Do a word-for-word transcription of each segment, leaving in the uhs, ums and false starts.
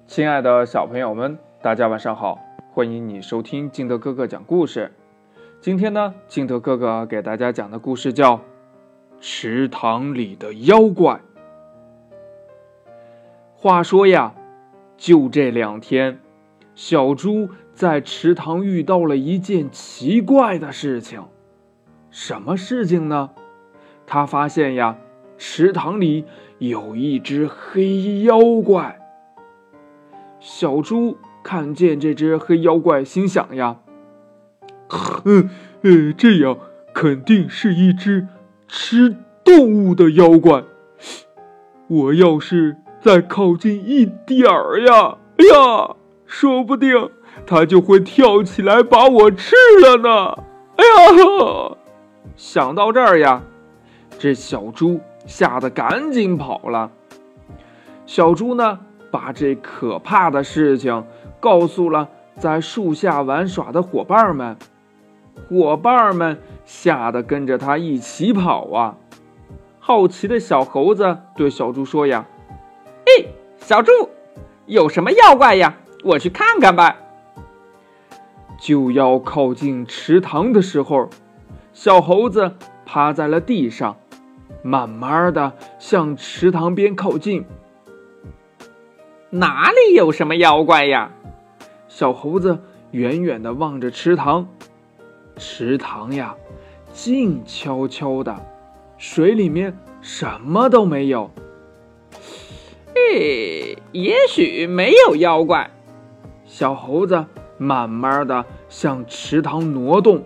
亲爱的小朋友们，大家晚上好，欢迎你收听金德哥哥讲故事。今天呢，金德哥哥给大家讲的故事叫《池塘里的妖怪》。话说呀，就这两天，小猪在池塘遇到了一件奇怪的事情。什么事情呢？他发现呀，池塘里有一只黑妖怪。小猪看见这只黑妖怪，心想呀，嗯呃，这样肯定是一只吃动物的妖怪。我要是再靠近一点儿呀，哎呀，说不定它就会跳起来把我吃了呢。哎呀，想到这儿呀，这小猪吓得赶紧跑了。小猪呢，把这可怕的事情告诉了在树下玩耍的伙伴们，伙伴们吓得跟着他一起跑啊。好奇的小猴子对小猪说呀， 哎，小猪，有什么妖怪呀？我去看看吧。 就要靠近池塘的时候，小猴子趴在了地上，慢慢的向池塘边靠近。 哪里有什么妖怪呀？ 小猴子远远地望着池塘，池塘呀，静悄悄的，水里面什么都没有。 哎，也许没有妖怪。 小猴子慢慢地向池塘挪动。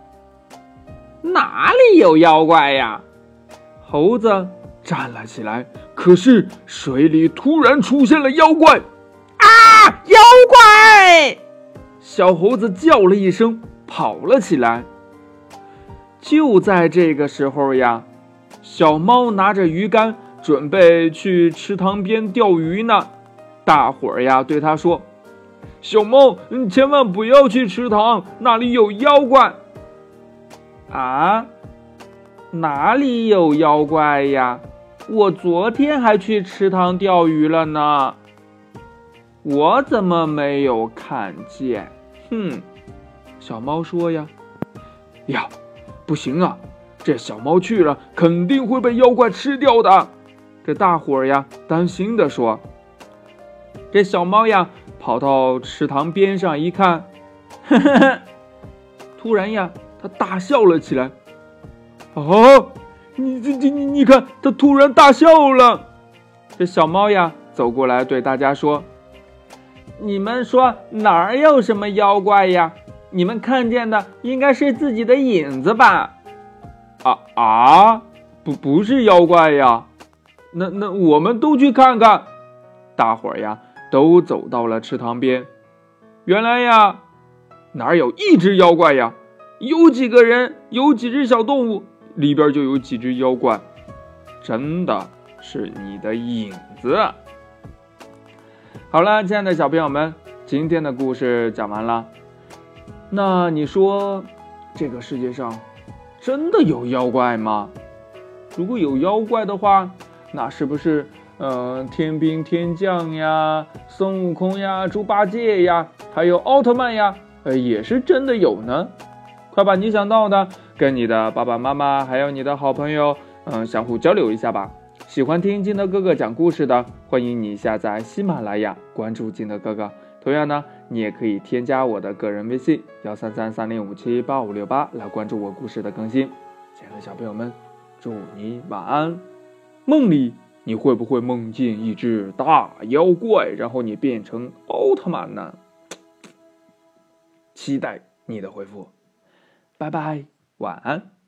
哪里有妖怪呀？ 猴子站了起来，可是水里突然出现了妖怪。 啊！妖怪！ 小猴子叫了一声，跑了起来。就在这个时候呀，小猫拿着鱼竿准备去池塘边钓鱼呢。大伙儿呀对他说，小猫，你千万不要去池塘，那里有妖怪。 啊？哪里有妖怪呀？我昨天还去池塘钓鱼了呢，我怎么没有看见？ 哼，小猫说呀，呀，不行啊，这小猫去了肯定会被妖怪吃掉的。这大伙儿呀担心地说。这小猫呀跑到池塘边上一看，呵呵呵，突然呀它大笑了起来。哦，你你你你看，它突然大笑了。这小猫呀走过来对大家说， 你们说哪儿有什么妖怪呀？你们看见的应该是自己的影子吧？ 啊啊，不不是妖怪呀。那那我们都去看看。大伙儿呀都走到了池塘边。原来呀，哪有一只妖怪呀？有几个人，有几只小动物，里边就有几只妖怪。真的是你的影子。好了，亲爱的小朋友们，今天的故事讲完了。那你说，这个世界上真的有妖怪吗？如果有妖怪的话，那是不是呃天兵天将呀、孙悟空呀、猪八戒呀，还有奥特曼呀，呃也是真的有呢？快把你想到的跟你的爸爸妈妈还有你的好朋友嗯、呃、相互交流一下吧。喜欢听金德哥哥讲故事的，欢迎你下载喜马拉雅，关注金德哥哥。同样呢，你也可以添加我的个人微信幺三三三零五七八五六八来关注我故事的更新。亲爱的小朋友们，祝你晚安。梦里你会不会梦见一只大妖怪，然后你变成奥特曼呢？期待你的回复。拜拜，晚安。